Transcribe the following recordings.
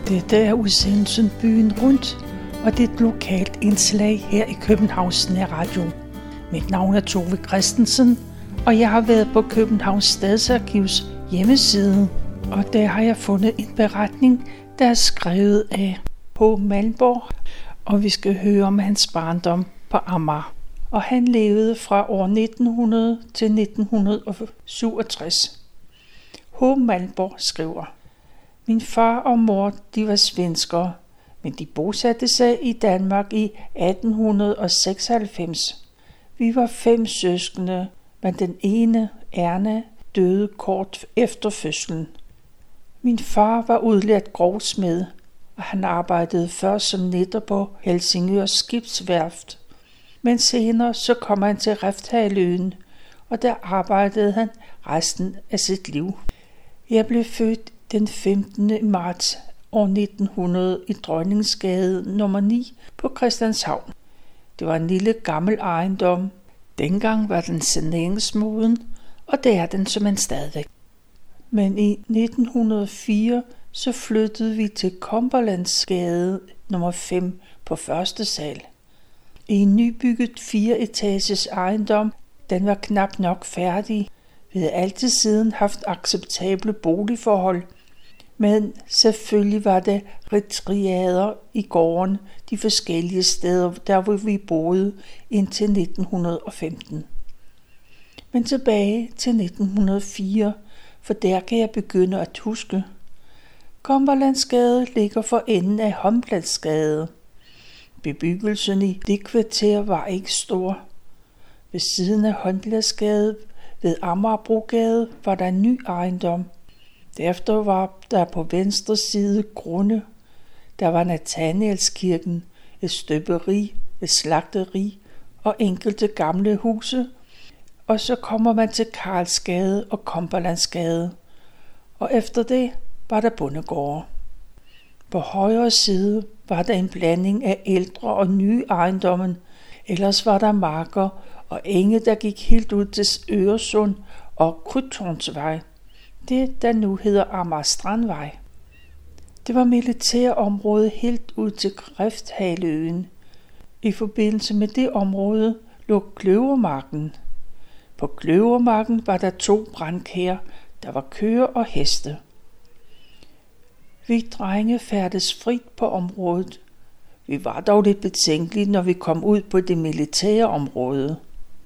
Dette er udsendelsen Byen Rundt, og det er et lokalt indslag her i Københavns Nærradio. Mit navn er Tove Christensen, og jeg har været på Københavns Stadsarkivs hjemmeside, og der har jeg fundet en beretning, der er skrevet af H. Malmborg, og vi skal høre om hans barndom på Amager. Og han levede fra år 1900 til 1967. H. Malmborg skriver: Min far og mor, de var svenskere, men de bosatte sig i Danmark i 1896. Vi var 5 søskende, men den ene, Erna, døde kort efter fødslen. Min far var udlært grovsmed, og han arbejdede først som nitter på Helsingør Skibsværft. Men senere så kom han til Refshaleøen, og der arbejdede han resten af sit liv. Jeg blev født den 15. marts år 1900 i Dronningsgade nummer 9 på Christianshavn. Det var en lille gammel ejendom. Dengang var den saneringsmoden, og det er den som en stadigvæk. Men i 1904 så flyttede vi til Cumberlandsgade nummer 5 på første sal. I en nybygget 4-etages ejendom, den var knap nok færdig. Vi havde altid siden haft acceptable boligforhold, men selvfølgelig var det retriader i gården de forskellige steder, der hvor vi boede indtil 1915. Men tilbage til 1904, for der kan jeg begynde at huske. Cumberlandsgade ligger for enden af Holmbladsgade. Bebyggelsen i det kvarter var ikke stor. Ved siden af Holmbladsgade ved Amagerbrogade var der en ny ejendom. Derefter var der på venstre side grunde. Der var Nathanielskirken, et støberi, et slagteri og enkelte gamle huse. Og så kommer man til Karlsgade og Cumberlandsgade. Og efter det var der bondegårde. På højre side var der en blanding af ældre og nye ejendommen. Ellers var der marker og enge, der gik helt ud til Øresund og Krydtårnsvej. Det, der nu hedder Amager Strandvej. Det var militærområdet helt ud til Refshaleøen. I forbindelse med det område lå Kløvermarken. På Kløvermarken var der 2 brandkær, der var køer og heste. Vi drenge færdes frit på området. Vi var dog lidt betænkelige, når vi kom ud på det militære område.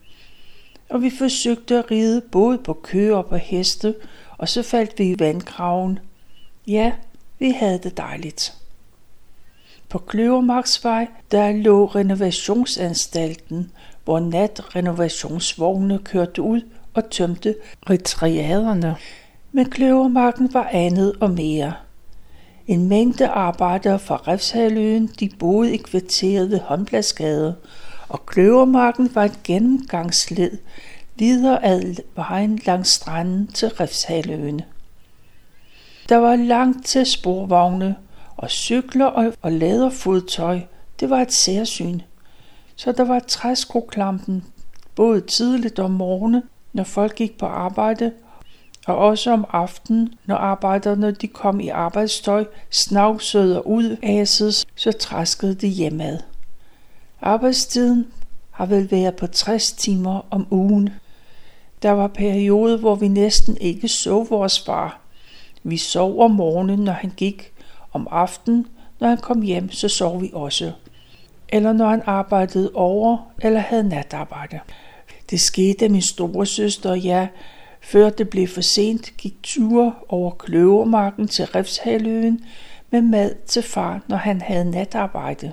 Og vi forsøgte at ride både på køer og på heste, og så faldt vi i vandkraven. Ja, vi havde det dejligt. På Kløvermarksvej, der lå renovationsanstalten, hvor natrenovationsvogne kørte ud og tømte retriaderne. Men Kløvermarken var andet og mere. En mængde arbejdere fra Refshaleøen, de boede i kvarteret ved Holmbladsgade, og Kløvermarken var et gennemgangsled videre ad vejen langs stranden til Refshaleøen. Der var langt til sporvogne, og cykler og læderfodtøj, det var et særsyn. Så der var træskoklampen både tidligt om morgenen, når folk gik på arbejde, og også om aftenen, når arbejderne de kom i arbejdstøj, snavsede og udaset, så traskede de hjemad. Arbejdstiden har vel været på 60 timer om ugen. Der var perioder, hvor vi næsten ikke så vores far. Vi sov om morgenen, når han gik. Om aftenen, når han kom hjem, så sov vi også. Eller når han arbejdede over eller havde natarbejde. Det skete, at min storesøster og jeg, før det blev for sent, gik ture over Kløvermarken til Refshaleøen med mad til far, når han havde natarbejde.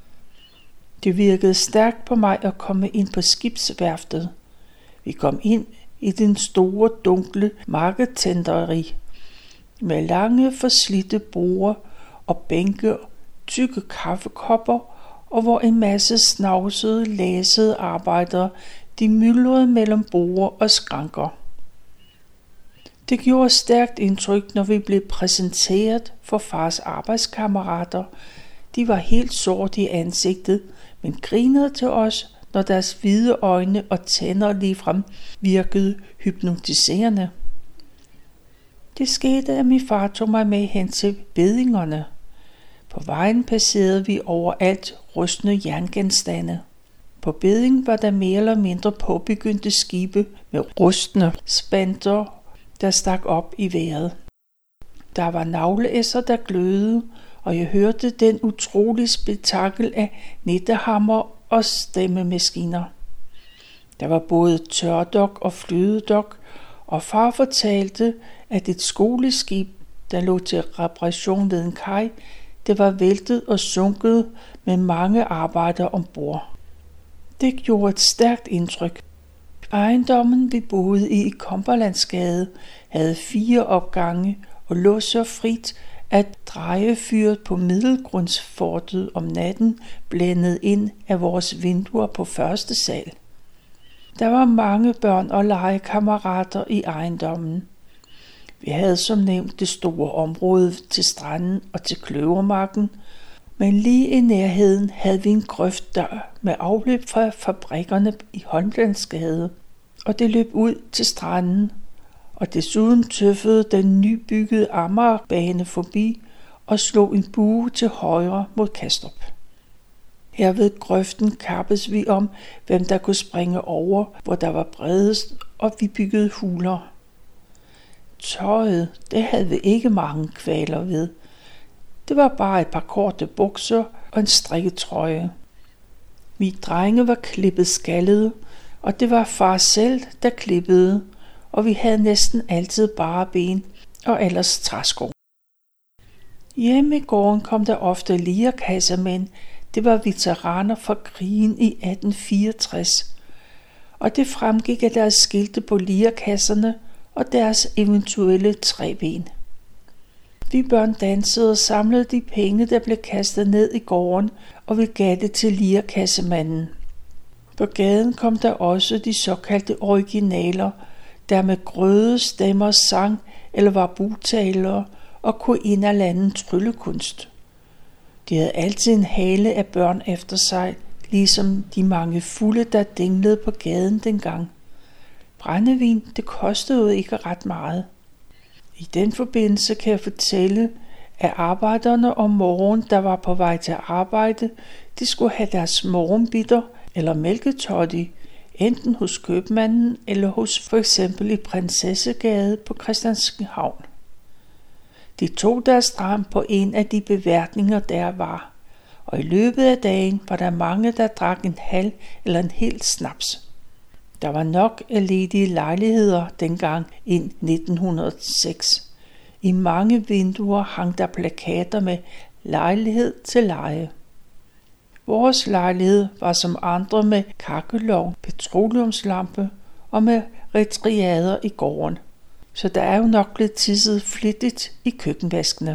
Det virkede stærkt på mig at komme ind på skibsværftet. Vi kom ind i den store, dunkle marketenteri med lange, forslidte borde og bænke, tykke kaffekopper, og hvor en masse snavsede, lasede arbejdere, de myldrede mellem borde og skranker. Det gjorde stærkt indtryk, når vi blev præsenteret for fars arbejdskammerater. De var helt sorte i ansigtet, men grinede til os, når deres hvide øjne og tænder ligefrem virkede hypnotiserende. Det skete, at min far tog mig med hen til bedingerne. På vejen passerede vi overalt rustne jerngenstande. På Bedding var der mere eller mindre påbegyndte skibe med rustne spanter, der stak op i vejret. Der var nagleæsser, der glødede, og jeg hørte den utrolige spektakel af nittehammer og stemmemaskiner. Der var både tørdok og flydedok, og far fortalte, at et skoleskib, der lå til reparation ved en kaj, det var væltet og sunket med mange arbejdere ombord. Det gjorde et stærkt indtryk. Ejendommen, vi boede i Komperlandsgade, havde 4 opgange og lå så frit, at drejefyret på Middelgrundsfortet om natten blændede ind af vores vinduer på første sal. Der var mange børn og legekammerater i ejendommen. Vi havde som nævnt det store område til stranden og til kløvermarken, men lige i nærheden havde vi en grøft der med afløb fra fabrikkerne i Holmlandsgade, og det løb ud til stranden, og desuden tøffede den nybyggede Amagerbane forbi og slog en bue til højre mod Kastrup. Her ved grøften kappes vi om, hvem der kunne springe over, hvor der var bredest, og vi byggede huler. Tøjet, det havde vi ikke mange kvaler ved. Det var bare et par korte bukser og en strikketrøje. Vi drenge var klippet skallede, og det var far selv, der klippede, og vi havde næsten altid bare ben og ellers træsko. Hjemme i gården kom der ofte lirekassemænd. Det var veteraner fra krigen i 1864, og det fremgik af deres skilte på lirekasserne og deres eventuelle træben. Vi børn dansede og samlede de penge, der blev kastet ned i gården, og vi gav det til lirekassemanden. På gaden kom der også de såkaldte originaler, der med grøde stemmer sang eller var bugtalere og kunne ind af landen tryllekunst. De havde altid en hale af børn efter sig, ligesom de mange fulde, der dinglede på gaden dengang. Brændevin, det kostede jo ikke ret meget. I den forbindelse kan jeg fortælle, at arbejderne om morgenen, der var på vej til arbejde, de skulle have deres morgenbitter eller mælketotti, enten hos købmanden eller hos for eksempel i Prinsessegade på Christianshavn. De tog deres dram på en af de beværtninger, der var, og i løbet af dagen var der mange, der drak en halv eller en hel snaps. Der var nok af ledige lejligheder dengang i 1906. I mange vinduer hang der plakater med lejlighed til leje. Vores lejlighed var som andre med kakkelovn, petroleumslampe og med retriader i gården. Så der er jo nok blevet tisset flittigt i køkkenvaskene.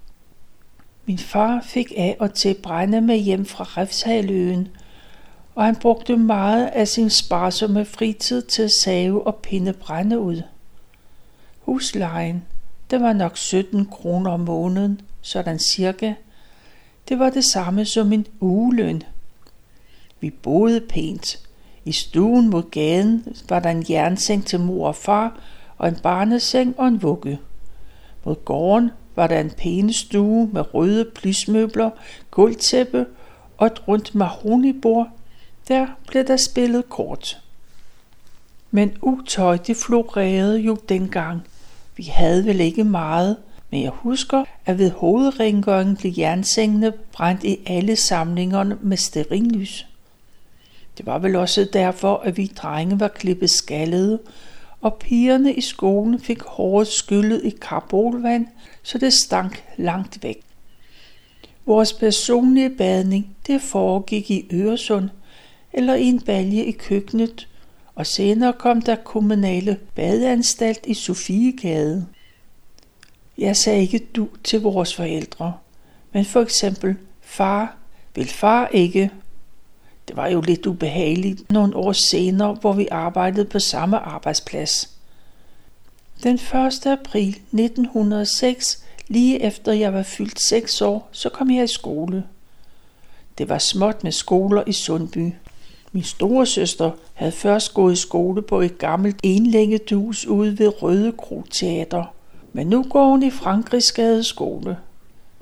Min far fik af og til brænde med hjem fra Refshaløen, og han brugte meget af sin sparsomme fritid til at save og pinde brænde ud. Huslejen, det var nok 17 kroner om måneden, sådan cirka. Det var det samme som en ugeløn. Vi boede pænt. I stuen mod gaden var der en jernseng til mor og far, og en barneseng og en vugge. Mod gården var der en pæne stue med røde plysmøbler, gulvtæppe og et rundt mahonibord. Der blev der spillet kort. Men utøj, det florerede jo dengang. Vi havde vel ikke meget, men jeg husker, at ved hovedrengøringen blev jernsengene brændt i alle samlingerne med stearinlys. Det var vel også derfor, at vi drenge var klippet skallede, og pigerne i skolen fik håret skyllet i karbolvand, så det stank langt væk. Vores personlige badning, det foregik i Øresund eller i en balje i køkkenet, og senere kom der kommunale badeanstalt i Sofiegade. Jeg sagde ikke du til vores forældre, men for eksempel, far, vil far ikke? Det var jo lidt ubehageligt nogle år senere, hvor vi arbejdede på samme arbejdsplads. Den 1. april 1906, lige efter jeg var fyldt 6 år, så kom jeg i skole. Det var småt med skoler i Sundby. Min store søster havde først gået i skole på et gammelt enlænget hus ude ved Røde Kro Teater, men nu går hun i Frankrigsgade skole.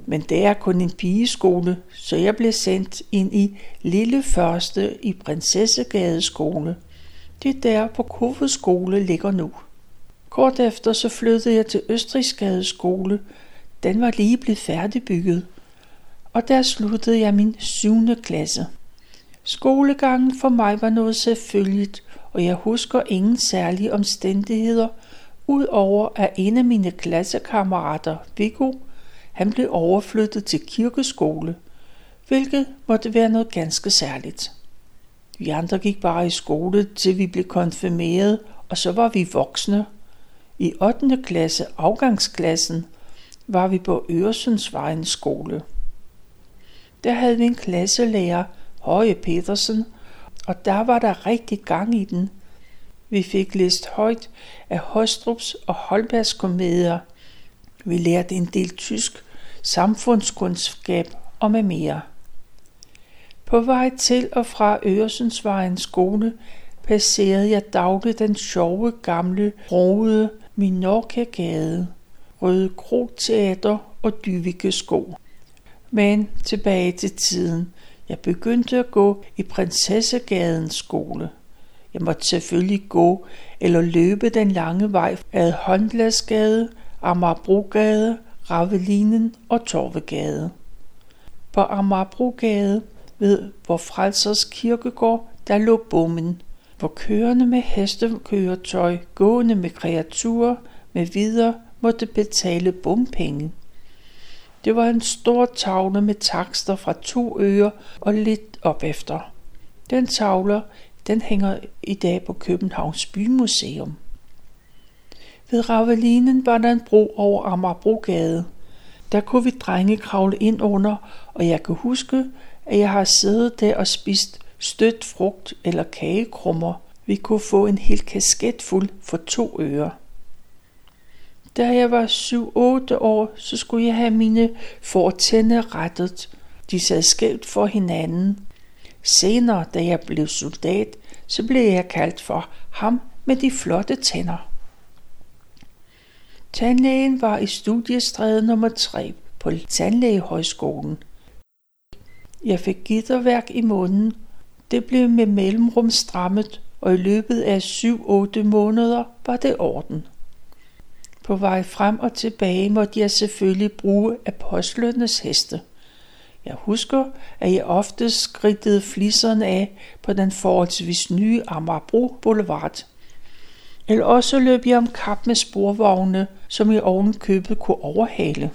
Men det er kun en pigeskole, så jeg blev sendt ind i Lille Første i Prinsessegade skole. Det er der, hvor Kofoeds skole ligger nu. Kort efter så flyttede jeg til Østrigsgade skole. Den var lige blevet færdigbygget. Og der sluttede jeg min 7. klasse. Skolegangen for mig var noget selvfølgeligt, og jeg husker ingen særlige omstændigheder, udover at en af mine klassekammerater, Viggo, han blev overflyttet til kirkeskole, hvilket måtte være noget ganske særligt. Vi andre gik bare i skole, til vi blev konfirmeret, og så var vi voksne. I 8. klasse, afgangsklassen, var vi på Øresundsvejens skole. Der havde vi en klasselærer, Høje Petersen, og der var der rigtig gang i den. Vi fik læst højt af Hostrups og Holbergs komedier. Vi lærte en del tysk, samfundskundskab og med mere. På vej til og fra Øresundsvejens skole passerede jeg dagligt den sjove, gamle, brogede Minorca-gade, Røde Kro Teater og Dyveke Sko. Men tilbage til tiden. Jeg begyndte at gå i Prinsessegadens skole. Jeg måtte selvfølgelig gå eller løbe den lange vej ad Håndbladsgade, Amagerbrogade, Ravelinen og Torvegade. På Amagerbrogade ved Vor Frelsers Kirkegård, der lå bommen, hvor kørende med hestekøretøj, gående med kreaturer med videre måtte betale bompenge. Det var en stor tavle med takster fra 2 øre og lidt op efter. Den tavle, den hænger i dag på Københavns Bymuseum. Ved Ravelinen var der en bro over Amagerbrogade. Der kunne vi drenge kravle ind under, og jeg kan huske, at jeg har siddet der og spist stødt frugt eller kagekrummer. Vi kunne få en hel kasket fuld for 2 øre. Da jeg var 7-8 år, så skulle jeg have mine fortænder rettet. De sad skævt for hinanden. Senere, da jeg blev soldat, så blev jeg kaldt for ham med de flotte tænder. Tandlægen var i studiestræde nummer 3 på Tandlægehøjskolen. Jeg fik gitterværk i munden. Det blev med mellemrum strammet, og i løbet af 7-8 måneder var det orden. På vej frem og tilbage måtte jeg selvfølgelig bruge apostlenes heste. Jeg husker, at jeg ofte skridtede flisserne af på den forholdsvis nye Amagerbro Boulevard. Eller også løb jeg om kap med sporvogne, som jeg oven købet kunne overhale.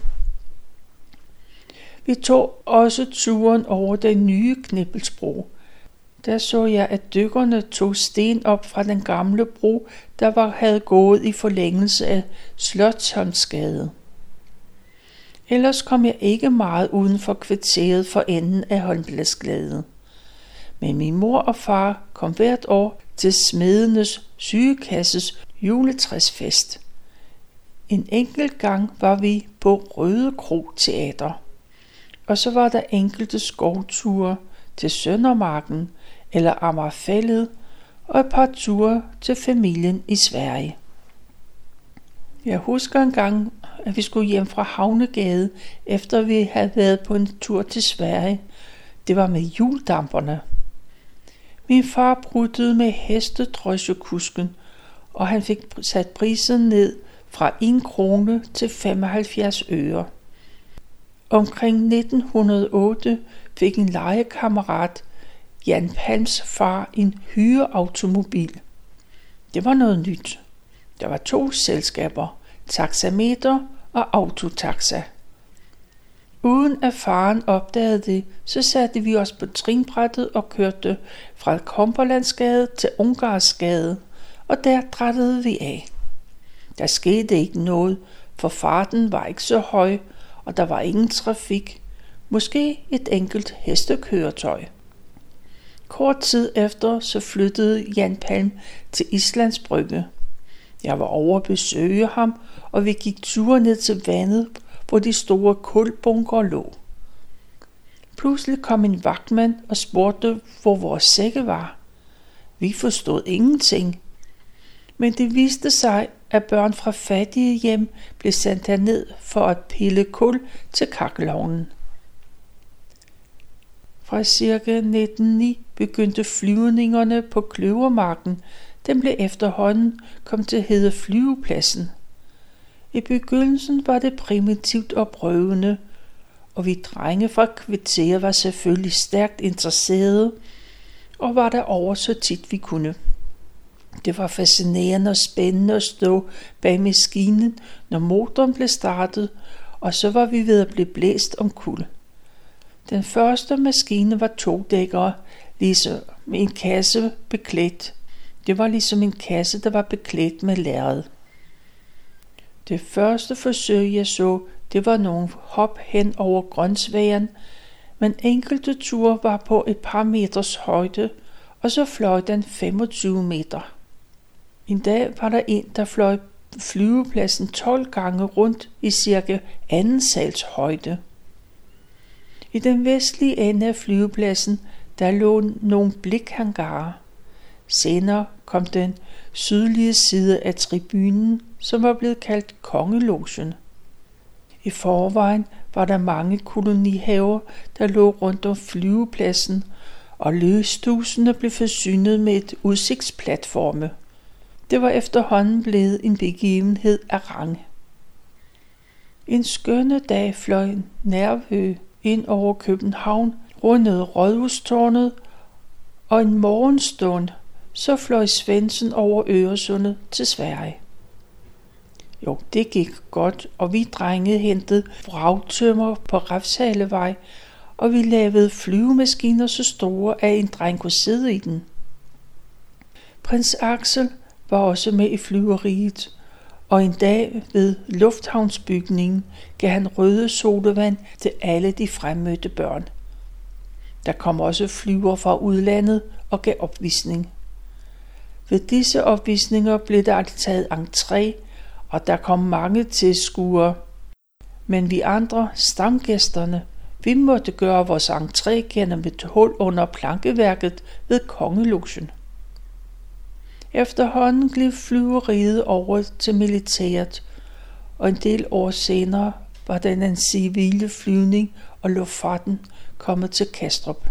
Vi tog også turen over den nye Knippelsbro. Der så jeg, at dykkerne tog sten op fra den gamle bro, der havde gået i forlængelse af Slotsholmsgade. Ellers kom jeg ikke meget uden for kvarteret for enden af Håndbladsgade. Men min mor og far kom hvert år til Smedenes Sygekasses juletræsfest. En enkelt gang var vi på Røde Kro Teater. Og så var der enkelte skovture til Søndermarken eller Amagerfællet og et par ture til familien i Sverige. Jeg husker en gang, at vi skulle hjem fra Havnegade, efter vi havde været på en tur til Sverige. Det var med hjuldamperne. Min far pruttede med hestedrosjekusken, og han fik sat prisen ned fra 1 krone til 75 øre. Omkring 1908 fik en lejekammerat, Jan Palms far, en hyreautomobil. Det var noget nyt. Der var 2 selskaber, taxameter og autotaxa. Uden at faren opdagede det, så satte vi os på trinbrættet og kørte fra Komperlandsgade til Ungarsgade, og der drattede vi af. Der skete ikke noget, for farten var ikke så høj, og der var ingen trafik. Måske et enkelt hestekøretøj. Kort tid efter så flyttede Jan Palm til Islands Brygge. Jeg var over at besøge ham, og vi gik ture ned til vandet, hvor de store kulbunker lå. Pludselig kom en vagtmand og spurgte, hvor vores sække var. Vi forstod ingenting, men det viste sig, at børn fra fattige hjem blev sendt herned for at pille kul til kakkelovnen. Fra ca. 1909 begyndte flyvningerne på Kløvermarken. Den blev efterhånden kom til at hedde Flyvepladsen. I begyndelsen var det primitivt og prøvende, og vi drenge fra kvarteret var selvfølgelig stærkt interesserede og var der over så tit vi kunne. Det var fascinerende og spændende at stå bag maskinen, når motoren blev startet, og så var vi ved at blive blæst omkuld. Den første maskine var 2-dækkere, ligesom en kasse beklædt. Det var ligesom en kasse, der var beklædt med lærred. Det første forsøg, jeg så, det var nogle hop hen over grønsværen, men enkelte ture var på et par meters højde, og så fløj den 25 meter. En dag var der en, der fløj flyvepladsen 12 gange rundt i cirka 2. sals højde. I den vestlige ende af flyvepladsen, der lå nogle blikhangarer. Senere kom den sydlige side af tribunen, som var blevet kaldt Kongelogen. I forvejen var der mange kolonihaver, der lå rundt om flyvepladsen, og løstusene blev forsynet med et udsigtsplatforme. Det var efterhånden blevet en begivenhed af rang. En skønne dag fløj Nærø ind over København, rundede Rådhustårnet, og en morgenstund så fløj Svendsen over Øresundet til Sverige. Jo, det gik godt, og vi drenge hentede vragtømmer på Refshalevej, og vi lavede flyvemaskiner så store, at en dreng kunne sidde i den. Prins Axel var også med i flyveriet, og en dag ved lufthavnsbygningen gav han røde sodavand til alle de fremmødte børn. Der kom også flyver fra udlandet og gav opvisning. Ved disse opvisninger blev der taget entré, og der kom mange tilskuere. Men vi andre, stamgæsterne, vi måtte gøre vores entré gennem et hul under plankeværket ved Kongelogen. Efterhånden gled flyveriet over til militæret, og en del år senere var den civile flyvning og luftfarten kommet til Kastrup.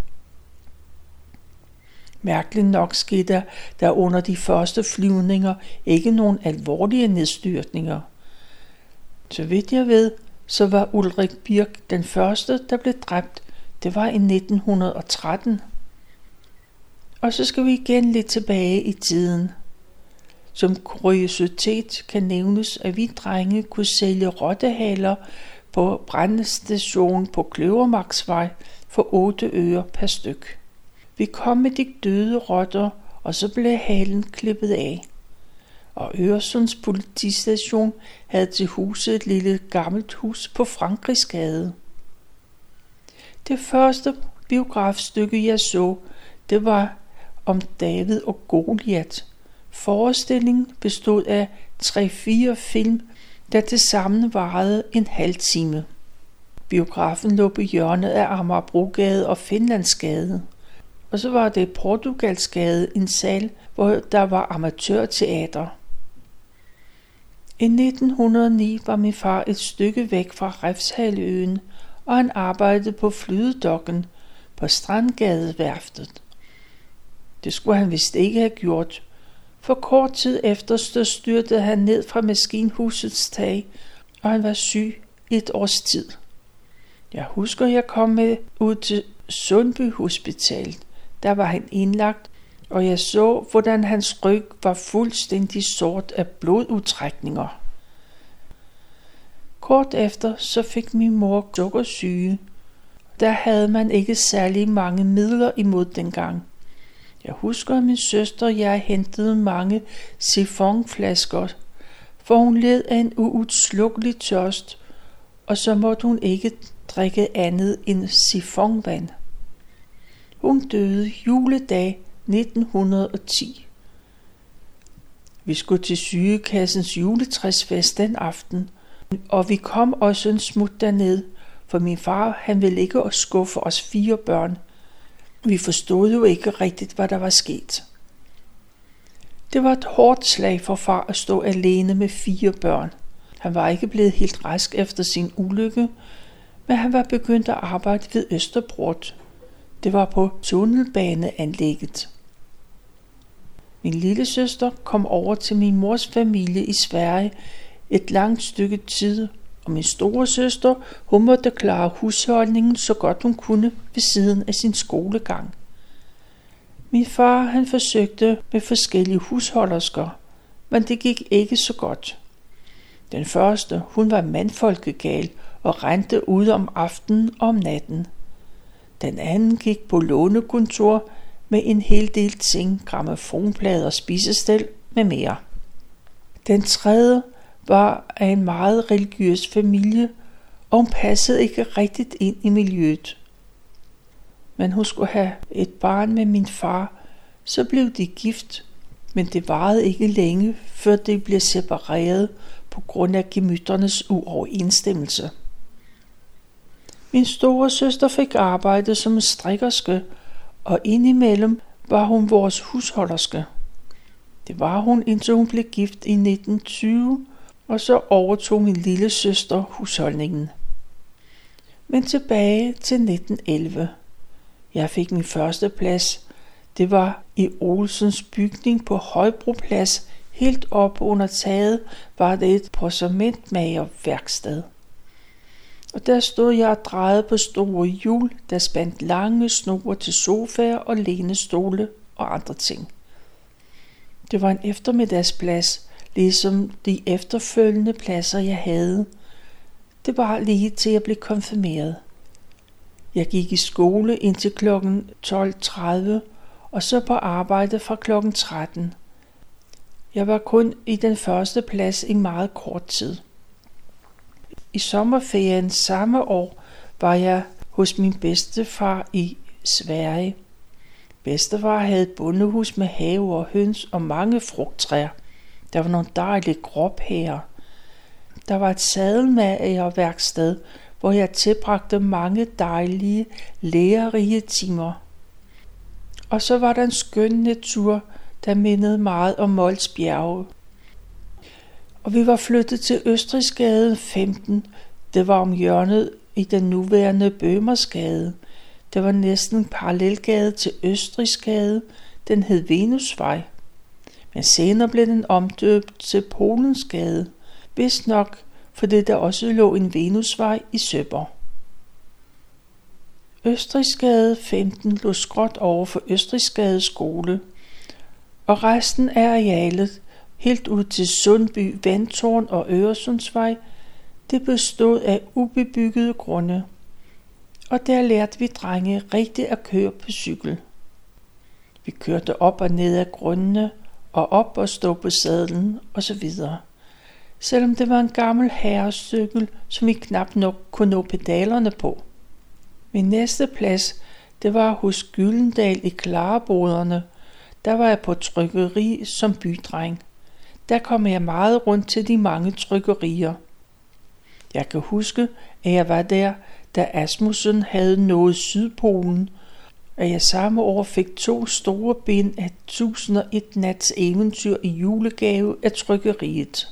Mærkeligt nok skete der under de første flyvninger ikke nogen alvorlige nedstyrtninger. Så vidt jeg ved, så var Ulrik Birk den første, der blev dræbt. Det var i 1913. Og så skal vi igen lidt tilbage i tiden. Som kuriositet kan nævnes, at vi drenge kunne sælge rottehaler på brandstationen på Kløvermarksvej for 8 øre per styk. Vi kom med de døde rotter, og så blev halen klippet af. Og Øresunds politistation havde til huset et lille gammelt hus på Frankrigsgade. Det første biografstykke, jeg så, det var om David og Goliat. Forestillingen bestod af 3-4 film, der tilsammen varede en halv time. Biografen lå på hjørnet af Amagerbrogade og Finlandsgade. Og så var det Portugalsgade, en sal, hvor der var amatørteater. I 1909 var min far et stykke væk fra Refshaleøen, og han arbejdede på flydedokken på Strandgadeværftet. Det skulle han vist ikke have gjort, for kort tid efter styrtede han ned fra maskinhusets tag, og han var syg i et års tid. Jeg husker, jeg kom med ud til Sundby Hospital. Der var han indlagt, og jeg så, hvordan hans ryg var fuldstændig sort af blodudtrækninger. Kort efter så fik min mor sukkersyge. Der havde man ikke særlig mange midler imod dengang. Jeg husker, at min søster og jeg hentede mange sifonflasker, for hun led af en uudslukkelig tørst, og så måtte hun ikke drikke andet end sifonvand. Hun døde juledag 1910. Vi skulle til sygekassens juletræsfest den aften, og vi kom også en smut derned, for min far han ville ikke skuffe os 4 børn. Vi forstod jo ikke rigtigt, hvad der var sket. Det var et hårdt slag for far at stå alene med 4 børn. Han var ikke blevet helt rask efter sin ulykke, men han var begyndt at arbejde ved Østerport. Det var på tunnelbaneanlægget. Min lille søster kom over til min mors familie i Sverige et langt stykke tid, og min store søster, hun måtte klare husholdningen så godt hun kunne ved siden af sin skolegang. Min far, han forsøgte med forskellige husholdersker, men det gik ikke så godt. Den første, hun var mandfolkegal og rendte ud om aftenen og om natten. Den anden gik på lånekontor med en hel del ting, grammofonplader, spisestel med mere. Den tredje var af en meget religiøs familie, og hun passede ikke rigtigt ind i miljøet. Men hun skulle have et barn med min far, så blev de gift, men det varede ikke længe, før de blev separeret på grund af gemytternes uoverensstemmelse. Min store søster fik arbejde som strikkerske, og indimellem var hun vores husholderske. Det var hun, indtil hun blev gift i 1920, og så overtog min lille søster husholdningen. Men tilbage til 1911. Jeg fik min første plads. Det var i Olsens bygning på Højbroplads. Helt oppe under taget var det et porcementmagerværksted. Og der stod jeg og drejede på store hjul, der spændt lange snore til sofaer og lænestole og andre ting. Det var en eftermiddagsplads, ligesom de efterfølgende pladser, jeg havde. Det var lige til jeg blev konfirmeret. Jeg gik i skole indtil kl. 12:30, og så på arbejde fra kl. 13. Jeg var kun i den første plads i meget kort tid. I sommerferien samme år var jeg hos min bedstefar i Sverige. Bedstefar havde et bondehus med have og høns og mange frugttræer. Der var nogle dejlige gråpærer. Der var et sadelmagerværksted, hvor jeg tilbragte mange dejlige, lærerige timer. Og så var der en skøn natur, der mindede meget om Mols Bjerge. Og vi var flyttet til Østrigsgade 15. Det var om hjørnet i den nuværende Bøhmersgade. Det var næsten en parallelgade til Østrigsgade. Den hed Venusvej. Men senere blev den omdøbt til Polensgade. Vist nok, fordi der også lå en Venusvej i Søborg. Østrigsgade 15 lå skråt over for Østrigsgade skole, og resten af arealet, helt ud til Sundby, Vandtårn og Øresundsvej, det bestod af ubebyggede grunde, og der lærte vi drenge rigtigt at køre på cykel. Vi kørte op og ned af grundene, og op og stå på sadlen osv. Selvom det var en gammel herrecykel, som vi knap nok kunne nå pedalerne på. Min næste plads, det var hos Gyldendal i Klareboderne. Der var jeg på trykkeri som bydreng. Der kom jeg meget rundt til de mange trykkerier. Jeg kan huske, at jeg var der, da Asmussen havde nået Sydpolen, og jeg samme år fik 2 store bind af 1001 nats eventyr i julegave af trykkeriet.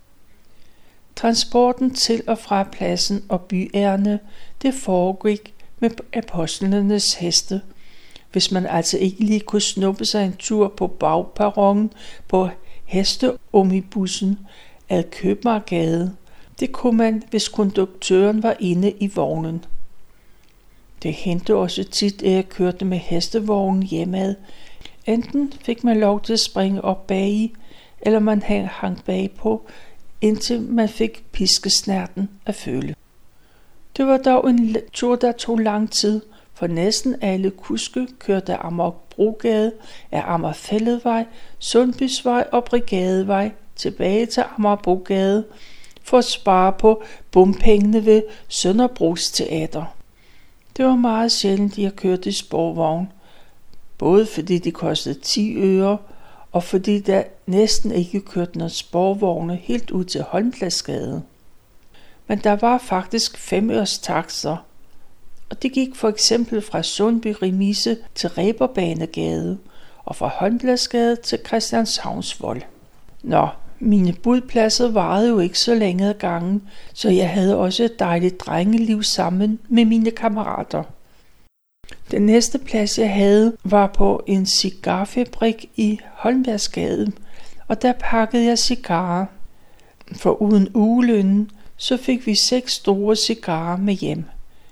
Transporten til og fra pladsen og byærne, det foregik med apostlenes heste, hvis man altså ikke lige kunne snuppe sig en tur på bagperronen på hesteomnibussen ad Købmagergade. Det kunne man, hvis konduktøren var inde i vognen. Det hændte også tit, at jeg kørte med hestevognen hjemad. Enten fik man lov til at springe op bagi, eller man hang bagpå, indtil man fik piskesnærten at føle. Det var dog en tur, der tog lang tid, for næsten alle kuske kørte af Amagerbrogade, af Amagerfælledvej, Sundbysvej og Brigadevej tilbage til Amagerbrogade for at spare på bompengene ved Sønderbros Teater. Det var meget sjældent, at jeg kørte i sporvogn, både fordi de kostede 10 øre, og fordi der næsten ikke kørte noget sporvogne helt ud til Holmpladsgade. Men der var faktisk 5 øres takster, og det gik for eksempel fra Sundby Remise til Reberbanegade, og fra Håndbladsgade til Christianshavnsvold. Nå, mine budpladser varede jo ikke så længe ad gangen, så jeg havde også et dejligt drengeliv sammen med mine kammerater. Den næste plads jeg havde var på en cigarfabrik i Holmbergsgade, og der pakkede jeg cigarer. For uden ugelønnen, så fik vi 6 store cigarer med hjem.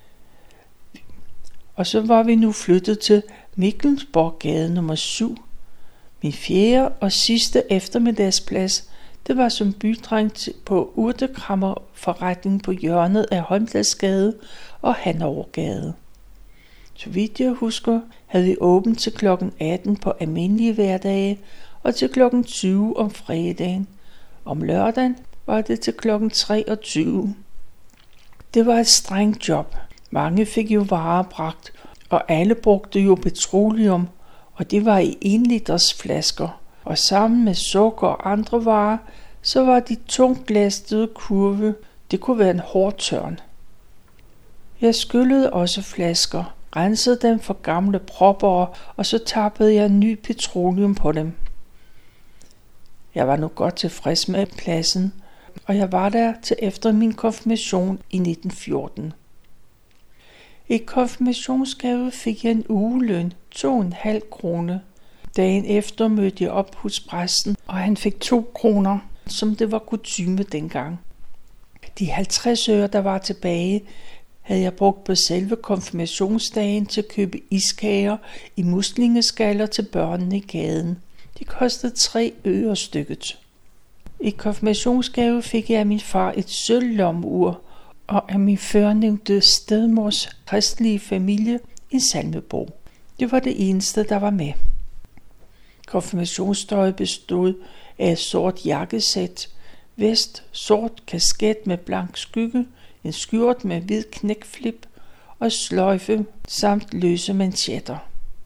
Og så var vi nu flyttet til Mikkelsborggade nummer 7. Min fjerde og sidste eftermiddagsplads, det var som bydreng på urtekrammerforretning på hjørnet af Holmbladsgade og Hannovergade. Så vidt jeg husker, havde vi åbent til kl. 18 på almindelige hverdage og til kl. 20 om fredagen. Om lørdagen var det til kl. 23. Det var et strengt job. Mange fik jo varer bragt, og alle brugte jo petroleum, og det var i 1 liters flasker. Og sammen med sukker og andre varer, så var de tungt lastede kurve, det kunne være en hård tørn. Jeg skyllede også flasker, rensede dem for gamle propper, og så tappede jeg ny petroleum på dem. Jeg var nu godt tilfreds med pladsen, og jeg var der til efter min konfirmation i 1914. I konfirmationsgave fik jeg en ugeløn, 2,5 kroner. Dagen efter mødte jeg op hos præsten, og han fik 2 kroner, som det var kutyme dengang. De 50 øre, der var tilbage, havde jeg brugt på selve konfirmationsdagen til at købe iskager i muslingeskaller til børnene i gaden. De kostede 3 øre stykket. I konfirmationsgave fik jeg af min far et sølvlommeur, og af min førnævnte stedmors kristelige familie en salmebog. Det var det eneste, der var med. Konfirmationstøjet bestod af et sort jakkesæt, vest, sort kasket med blank skygge, en skjort med hvid knækflip og sløjfe samt løse manchetter.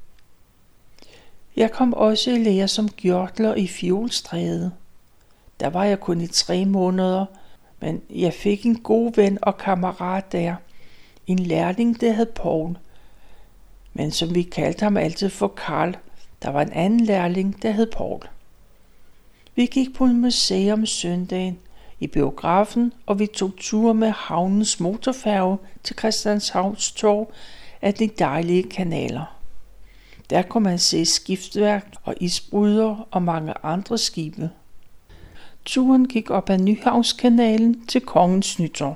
Jeg kom også i lære som gjørtler i Fiolstræde. Der var jeg kun i 3 måneder, men jeg fik en god ven og kammerat der. En lærling, der hed Poul, men som vi kaldte ham altid for Karl. Der var en anden lærling, der hed Poul. Vi gik på en museum søndagen, i biografen, og vi tog tur med havnens motorfærge til Christianshavns Torv af de dejlige kanaler. Der kunne man se skibsværk og isbryder og mange andre skibe. Turen gik op ad Nyhavnskanalen til Kongens Nytorv.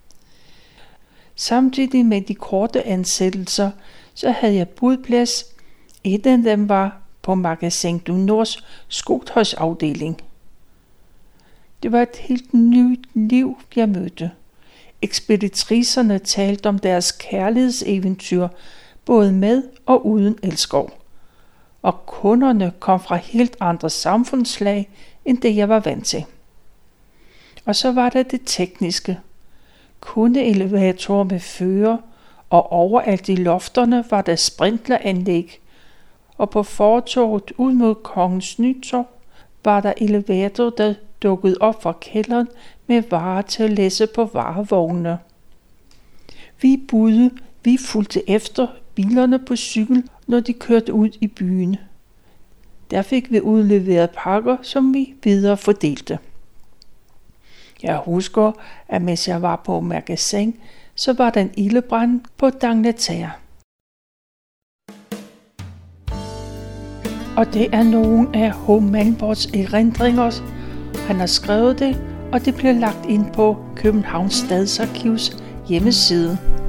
Samtidig med de korte ansættelser, så havde jeg budplads. Et af dem var på Magasin du Nords skotøjsafdeling. Det var et helt nyt liv, jeg mødte. Ekspeditricerne talte om deres kærlighedseventyr, både med og uden elskov. Og kunderne kom fra helt andre samfundslag, end det jeg var vant til. Og så var der det tekniske. Kundeelevatorer med fører, og overalt i lofterne var der sprinkleranlæg. Og på fortovet ud mod Kongens Nytorv var der elevator, der dukkede op fra kælderen med varer til at læse på varevognene. Vi fulgte efter bilerne på cykel, når de kørte ud i byen. Der fik vi udleveret pakker, som vi videre fordelte. Jeg husker, at mens jeg var på Magasin, så var der en ildebrand på D'Angleterre. Og det er nogle af H. Malmborgs erindringer. Han har skrevet det, og det bliver lagt ind på Københavns Stadsarkivs hjemmeside.